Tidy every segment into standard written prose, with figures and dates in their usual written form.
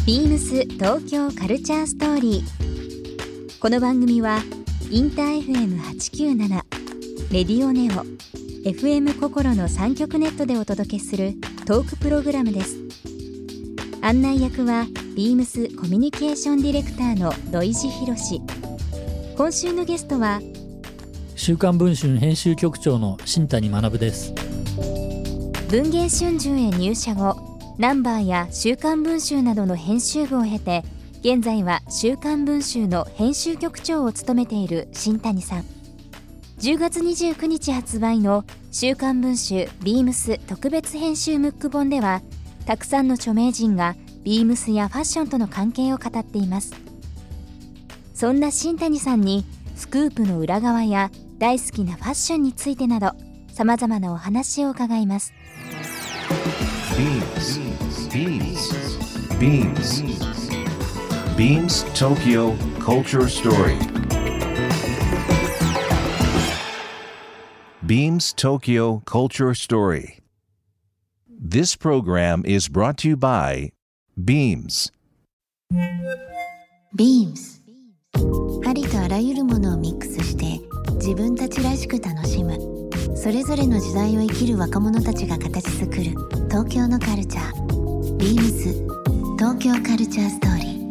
ビームス東京カルチャーストーリー。この番組はインター FM897 レディオネオ FM 心の3極ネットでお届けするトークプログラムです。案内役はビームスコミュニケーションディレクターの土井博志。今週のゲストは週刊文春編集局長の新谷学です。 文藝春秋へ入社後、ナンバーや週刊文春などの編集部を経て、現在は週刊文春の編集局長を務めている新谷さん。10月29日発売の週刊文春ビームス特別編集ムック本では、たくさんの著名人がビームスやファッションとの関係を語っています。そんな新谷さんにスクープの裏側や大好きなファッションについてなど、さまざまなお話を伺います。 Beams Tokyo Culture Story. Beams Tokyo Culture Story. This program is brought to you by Beams. Beams ありとあらゆるものをミックスして自分たちらしく楽しむ、それぞれの時代を生きる若者たちが形作る東京のカルチャー。ビームス東京カルチャーストーリー。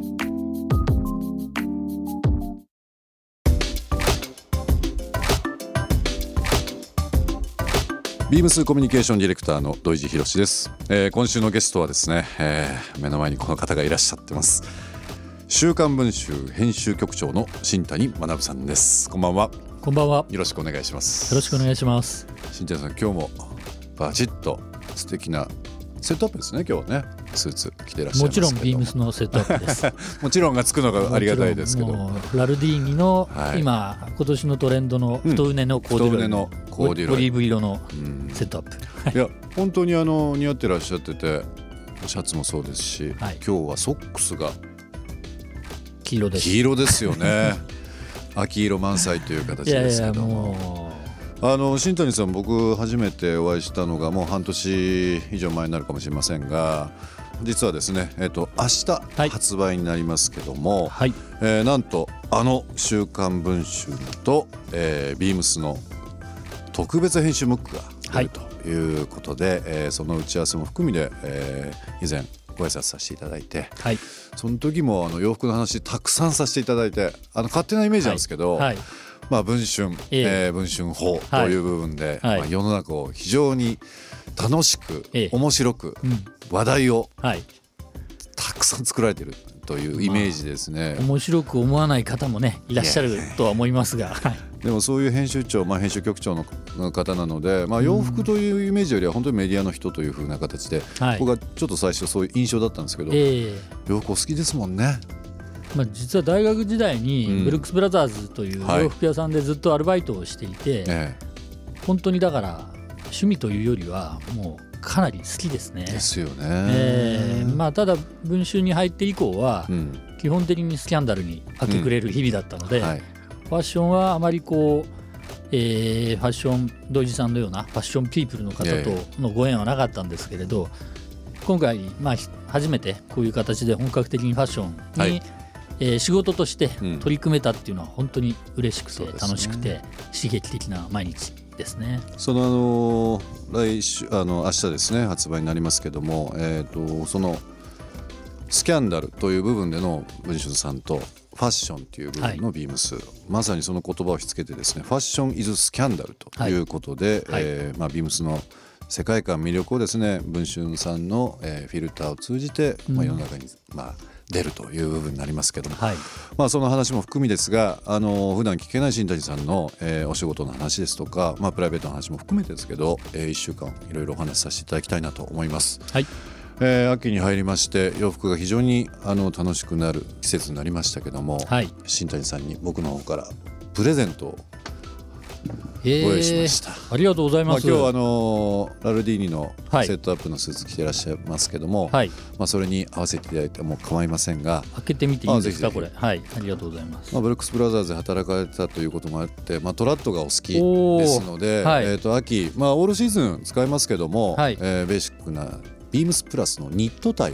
ビームスコミュニケーションディレクターの土井博志です。今週のゲストはですね、目の前にこの方がいらっしゃってます。週刊文春編集局長の新谷学さんです。こんばんは。 こんばんは。 よろしくお願いします。 よろしくお願いします。 新谷さん、今日もバチッと素敵なセットアップですね。今日はね、スーツ着てらっしゃいますけど。 もちろんビームスのセットアップですもちろんがつくのがありがたいですけど、 ラルディーニの、 はい、 今年のトレンドの太腕のコーデュロイ、オリーブ色のセットアップ、 いや本当に似合ってらっしゃってて、シャツもそうですし、はい、今日はソックスが黄色です。 黄色ですよね秋色満載という形ですけども、新谷さん、僕初めてお会いしたのがもう半年以上前になるかもしれませんが、実はですね、明日発売になりますけども、はい、なんと週刊文春と、ビームスの特別編集ムックが出るということで、その打ち合わせも含みで、以前ご挨拶させていただいて、はい、その時も洋服の話たくさんさせていただいて、勝手なイメージなんですけど、はいはい、文春、文春法という部分で、はい、世の中を非常に楽しく、面白く、話題を、たくさん作られているというイメージですね。 面白く思わない方もねいらっしゃるとは思いますが、 でもそういう編集長、編集局長の方なので、洋服というイメージよりは本当にメディアの人という風な形で、僕はちょっと最初そういう印象だったんですけど、洋服お好きですもんね。 実は大学時代にブルックスブラザーズという洋服屋さんでずっとアルバイトをしていて、本当にだから趣味というよりはもうかなり好きですね。 ですよね。 ただ文春に入って以降は、基本的にスキャンダルに明け暮れる日々だったので、ファッションはあまりファッション土井さんのようなファッションピープルの方とのご縁はなかったんですけれど、今回、初めてこういう形で本格的にファッションに、仕事として取り組めたっていうのは本当に嬉しくて、楽しくて刺激的な毎日ですね。 来週明日ですね発売になりますけども、そのスキャンダルという部分での文春さんとファッションという部分のビームス、まさにその言葉を引き付けてですね、ファッションイズスキャンダルということで、ビームスの世界観魅力をですね、文春さんの、フィルターを通じて、世の中に出るという部分になりますけども、その話も含みですが、普段聞けない新谷さんの、お仕事の話ですとか、プライベートの話も含めてですけど、1週間いろいろお話しさせていただきたいなと思います。はい。秋に入りまして洋服が非常に楽しくなる季節になりましたけども、新谷さんに僕の方からプレゼントをご用意しました。 ありがとうございます。 今日ラルディーニのセットアップのスーツ着ていらっしゃいますけども、それに合わせていただいても構いませんが、 開けてみていいんですか？これ。はい、ありがとうございます。 ブルックスブラザーズで働かれてたということもあって、トラットがお好きですので、秋、オールシーズン使いますけども、ベーシックなビームスプラスのニットタイを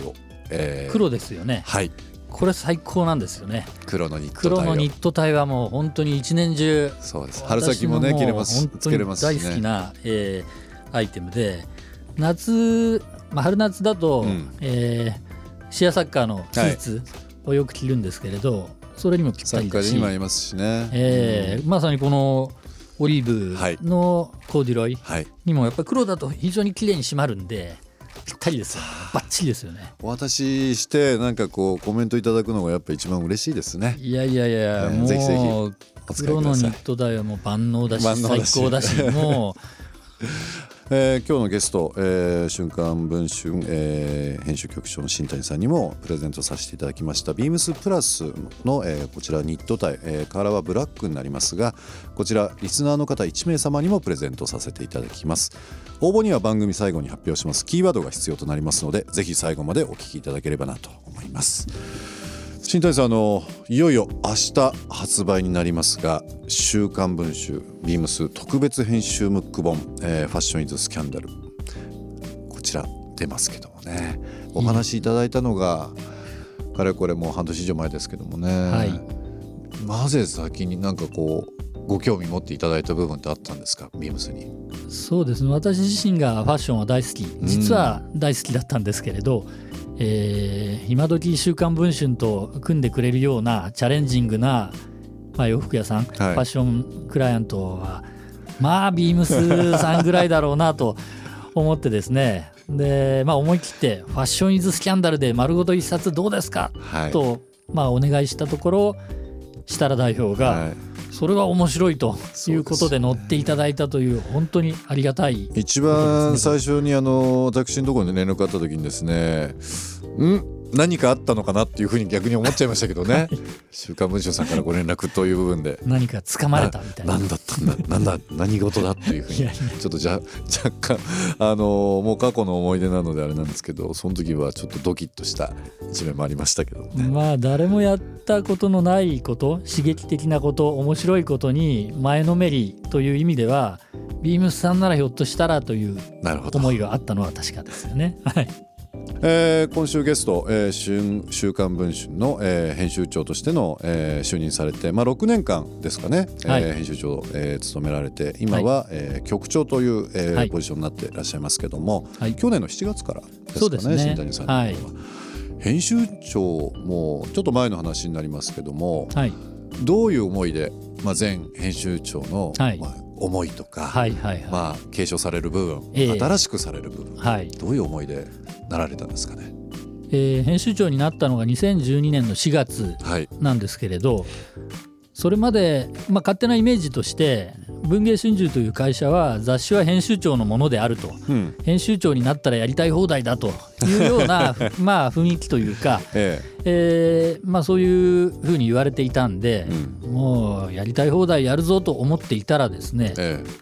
黒ですよね。 はい、 これ最高なんですよね。 黒のニットタイを。 黒のニットタイはもう本当に一年中、 そうです、春先もね着れます、つけれますしね。 大好きな、アイテムで、夏、春夏だと、シェアサッカーのスーツをよく着るんですけれど、それにもぴったりだし、 サッカーにもありますしね、 まさにこのオリーブのコーデュロイにもやっぱり黒だと非常に綺麗に締まるんでぴったりですよ。バッチリですよね。 お渡ししてなんかこうコメントいただくのがやっぱ一番嬉しいですね。 いやいやいや、もうぜひぜひお使いください。 黒のニットダイはもう万能だし最高だし、もう今日のゲスト、週刊文春、編集局長の新谷さんにもプレゼントさせていただきましたビームスプラスの、こちらニットタイ、カラーはブラックになりますが、こちらリスナーの方1名様にもプレゼントさせていただきます。応募には番組最後に発表しますキーワードが必要となりますので、ぜひ最後までお聞きいただければなと思います。新谷さん、いよいよ明日発売になりますが、週刊文春ビームス特別編集ムック本、ファッションイズスキャンダル、こちら出ますけどもね、お話しいただいたのがかれこれもう半年以上前ですけどもね、はい、なぜ先になんかこうご興味持っていただいた部分ってあったんですか、ビームスに。 そうですね、私自身がファッションは大好き、実は大好きだったんですけれど、今時週刊文春と組んでくれるようなチャレンジングな、洋服屋さん、ファッションクライアントはビームスさんぐらいだろうなと思ってですね、で、思い切ってファッションイズスキャンダルで丸ごと一冊どうですか、と、お願いしたところ、設楽代表が、それは面白いということで乗っていただいたという、本当にありがたい、 一番最初に私のところに連絡があった時にですね、何かあったのかなっていうふうに逆に思っちゃいましたけどね週刊文春さんからご連絡という部分で何か掴まれたみたいな、 何だったんだなんだ何事だっていうふうにちょっと若干もう過去の思い出なのであれなんですけど、その時はちょっとドキッとした一面もありましたけどね。 誰もやったことのないこと、刺激的なこと、面白いことに前のめりという意味では、ビームスさんならひょっとしたらという思いがあったのは確かですよね。はい。 今週ゲスト、週刊文春の、編集長としての、就任されて、6年間ですかね、編集長を、務められて、今は、局長という、ポジションになっていらっしゃいますけども、去年の7月からですかね、新谷さんには、編集長もちょっと前の話になりますけども、どういう思いで、前編集長の、思いとか、継承される部分、新しくされる部分、どういう思いでなられたんですかね。 編集長になったのが2012年の4月なんですけれど、それまで、勝手なイメージとして文藝春秋という会社は雑誌は編集長のものであると、編集長になったらやりたい放題だというような雰囲気というか、そういうふうに言われていたんで、もうやりたい放題やるぞと思っていたらですね、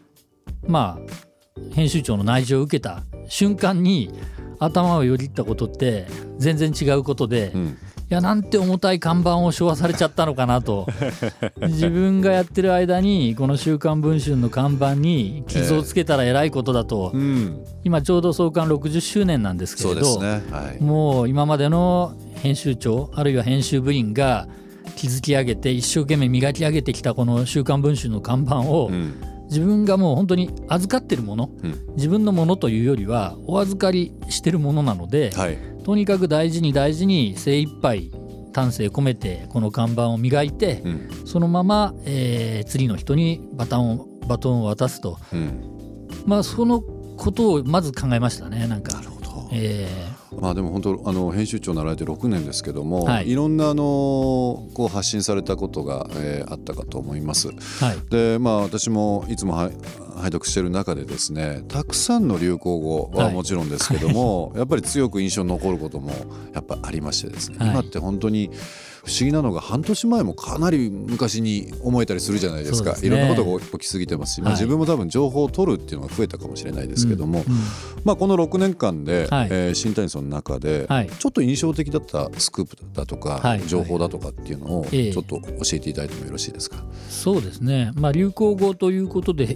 編集長の内示を受けた瞬間に頭をよぎったことって全然違うことで、いやなんて重たい看板を背負わされちゃったのかなと自分がやってる間にこの週刊文春の看板に傷をつけたらえらいことだと、今ちょうど創刊60周年なんですけれど、もう今までの編集長あるいは編集部員が築き上げて一生懸命磨き上げてきたこの週刊文春の看板を、自分がもう本当に預かってるもの、自分のものというよりはお預かりしてるものなので、とにかく大事に大事に精一杯丹精込めてこの看板を磨いて、そのまま、次の人にバトンを渡すと、そのことをまず考えましたね。なんかなるほど、 でも本当編集長になられて6年ですけども、いろんなこう発信されたことが、あったかと思います。で私もいつも拝読している中でですね、たくさんの流行語はもちろんですけども、やっぱり強く印象に残ることもやっぱありましてですね、今って本当に不思議なのが半年前もかなり昔に思えたりするじゃないですか。いろんなことが起きすぎてますし、自分も多分情報を取るっていうのが増えたかもしれないですけども、この6年間で、新谷さんの中でちょっと印象的だったスクープだとか、情報だとかっていうのをちょっと教えていただいてもよろしいですか。 そうですね、流行語ということで言います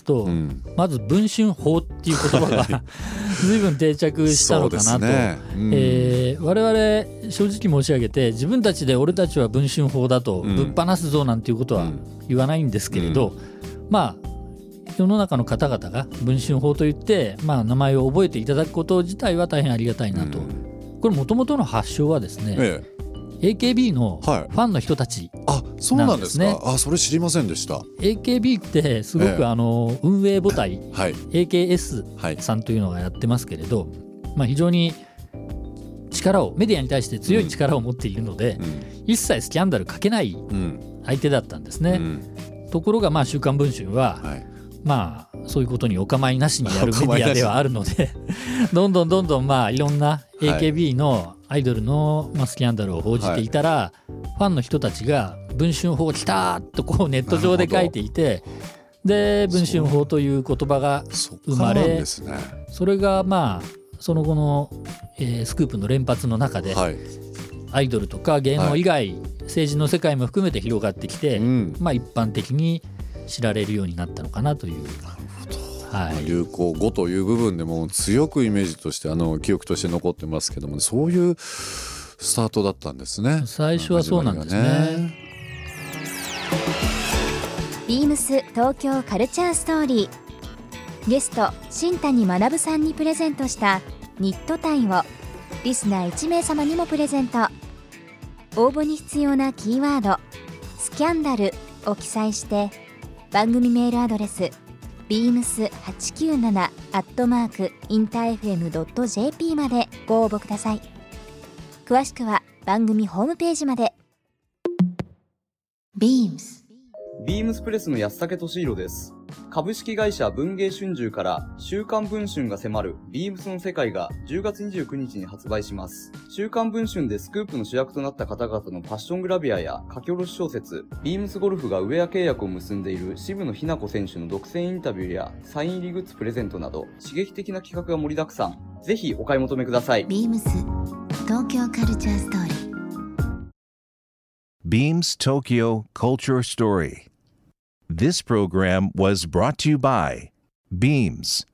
ますと、まず文春法っていう言葉が随分定着したのかなと、我々正直申し上げて自分たちで俺たちは文春法だとぶっ放すぞなんていうことは言わないんですけれど、まあ世の中の方々が文春法といって、名前を覚えていただくこと自体は大変ありがたいなと。これもともとの発祥はですね、AKB のファンの人たちなんですね。 あ、そうなんですか。それ知りませんでした。 AKB ってすごく運営母体、AKS さんというのがやってますけれど、非常にメディアに対して強い力を持っているので、一切スキャンダルかけない相手だったんですね。ところが週刊文春は、そういうことにお構いなしにやるメディアではあるのでどんどんいろんな AKB のアイドルのスキャンダルを報じていたら、ファンの人たちが文春法来たとこうネット上で書いていて、で文春法という言葉が生まれ、それがその後の、スクープの連発の中で、アイドルとか芸能以外、政治の世界も含めて広がってきて、一般的に知られるようになったのかなという。 流行語という部分でも強くイメージとして記憶として残ってますけども、そういうスタートだったんですね。 最初はそうなんですね。 ビームス東京カルチャーストーリー、ゲスト新谷学さんにプレゼントしたニットタイをリスナー1名様にもプレゼント。応募に必要なキーワードスキャンダルを記載して番組メールアドレス beams897@interfm.jp までご応募ください。詳しくは番組ホームページまで。 BEAMS ビームスプレスの安武俊弘です。株式会社文藝春秋から週刊文春が迫るビームスの世界が10月29日に発売します。週刊文春でスクープの主役となった方々のファッショングラビアや書き下ろし小説、ビームスゴルフがウェア契約を結んでいる渋野日向子選手の独占インタビューやサイン入りグッズプレゼントなど刺激的な企画が盛りだくさん。ぜひお買い求めください。 BEAMS 東京カルチャーストーリー。 Beams Tokyo Culture Story. This program was brought to you by Beams.